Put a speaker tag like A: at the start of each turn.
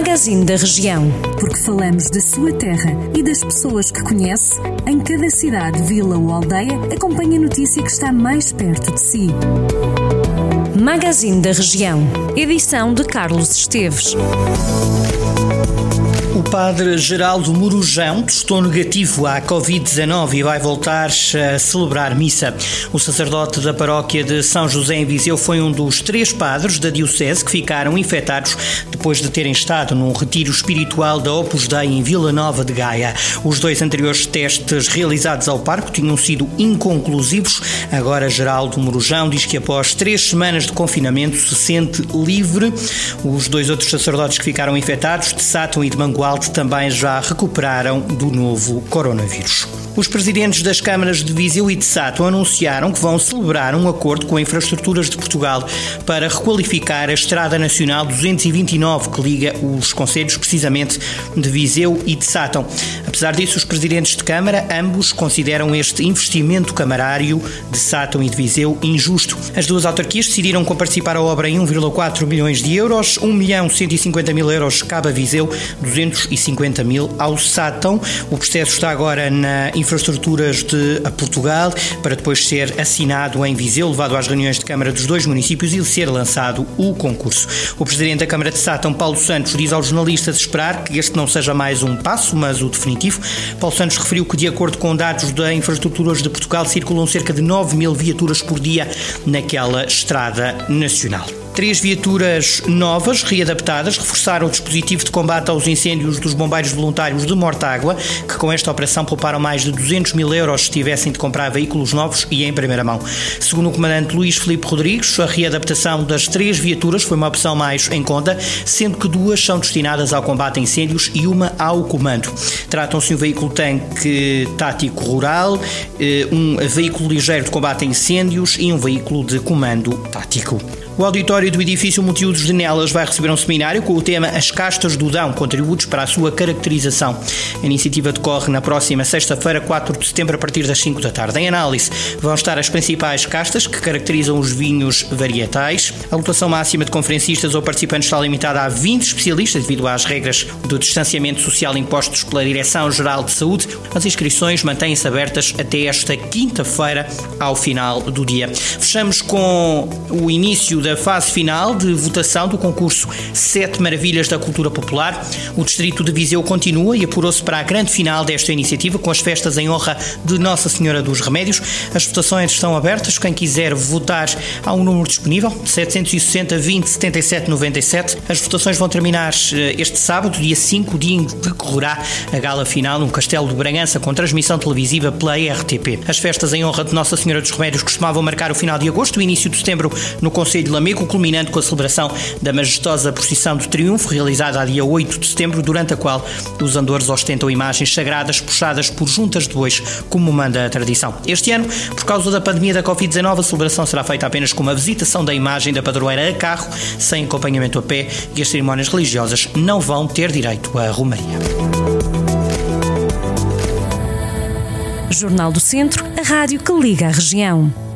A: Magazine da Região.
B: Porque falamos da sua terra e das pessoas que conhece, em cada cidade, vila ou aldeia, acompanhe a notícia que está mais perto de si.
A: Magazine da Região. Edição de Carlos Esteves.
C: O padre Geraldo Morujão testou negativo à Covid-19 e vai voltar a celebrar missa. O sacerdote da paróquia de São José em Viseu foi um dos 3 padres da diocese que ficaram infectados depois de terem estado num retiro espiritual da Opus Dei em Vila Nova de Gaia. Os 2 anteriores testes realizados ao parco tinham sido inconclusivos. Agora Geraldo Morujão diz que após 3 semanas de confinamento se sente livre. Os 2 outros sacerdotes que ficaram infectados, de Sátão e de Mangualde, também já recuperaram do novo coronavírus. Os presidentes das câmaras de Viseu e de Sátão anunciaram que vão celebrar um acordo com a Infraestruturas de Portugal para requalificar a Estrada Nacional 229, que liga os concelhos precisamente de Viseu e de Sátão. Apesar disso, os presidentes de Câmara, ambos, consideram este investimento camarário de Sátão e de Viseu injusto. As 2 autarquias decidiram comparticipar a obra em 1,4 milhões de euros, 1.150.000 euros cabe a Viseu, 250.000 ao Sátão. O processo está agora na Infraestruturas de Portugal, para depois ser assinado em Viseu, levado às reuniões de Câmara dos 2 municípios e ser lançado o concurso. O presidente da Câmara de Sátão, Paulo Santos, diz aos jornalistas esperar que este não seja mais um passo, mas o definitivo. Paulo Santos referiu que, de acordo com dados da Infraestruturas de Portugal, circulam cerca de 9.000 viaturas por dia naquela estrada nacional. 3 viaturas novas, readaptadas, reforçaram o dispositivo de combate aos incêndios dos bombeiros voluntários de Mortágua, que com esta operação pouparam mais de 200.000 euros se tivessem de comprar veículos novos e em primeira mão. Segundo o comandante Luís Filipe Rodrigues, a readaptação das 3 viaturas foi uma opção mais em conta, sendo que 2 são destinadas ao combate a incêndios e uma ao comando. Tratam-se de um veículo-tanque tático rural, um veículo ligeiro de combate a incêndios e um veículo de comando tático. O auditório do edifício Multiusos de Nelas vai receber um seminário com o tema As Castas do Dão, contributos para a sua caracterização. A iniciativa decorre na próxima sexta-feira, 4 de setembro, a partir das 5 da tarde. Em análise vão estar as principais castas que caracterizam os vinhos varietais. A lotação máxima de conferencistas ou participantes está limitada a 20 especialistas devido às regras do distanciamento social impostos pela Direção-Geral de Saúde. As inscrições mantêm-se abertas até esta quinta-feira, ao final do dia. Fechamos com o início da fase final de votação do concurso 7 Maravilhas da Cultura Popular. O distrito de Viseu continua e apurou-se para a grande final desta iniciativa com as festas em honra de Nossa Senhora dos Remédios. As votações estão abertas. Quem quiser votar, há um número disponível, 760 20 77 97. As votações vão terminar este sábado, dia 5, dia em que decorrerá a gala final no Castelo de Bragança com transmissão televisiva pela RTP. As festas em honra de Nossa Senhora dos Remédios costumavam marcar o final de agosto, o início de setembro no Concelho de Lamego, culminando com a celebração da majestosa procissão do triunfo, realizada a dia 8 de setembro, durante a qual os andores ostentam imagens sagradas puxadas por juntas de bois, como manda a tradição. Este ano, por causa da pandemia da Covid-19, a celebração será feita apenas com uma visitação da imagem da padroeira a carro, sem acompanhamento a pé, e as cerimónias religiosas não vão ter direito à romaria.
A: Jornal do Centro, a rádio que liga a região.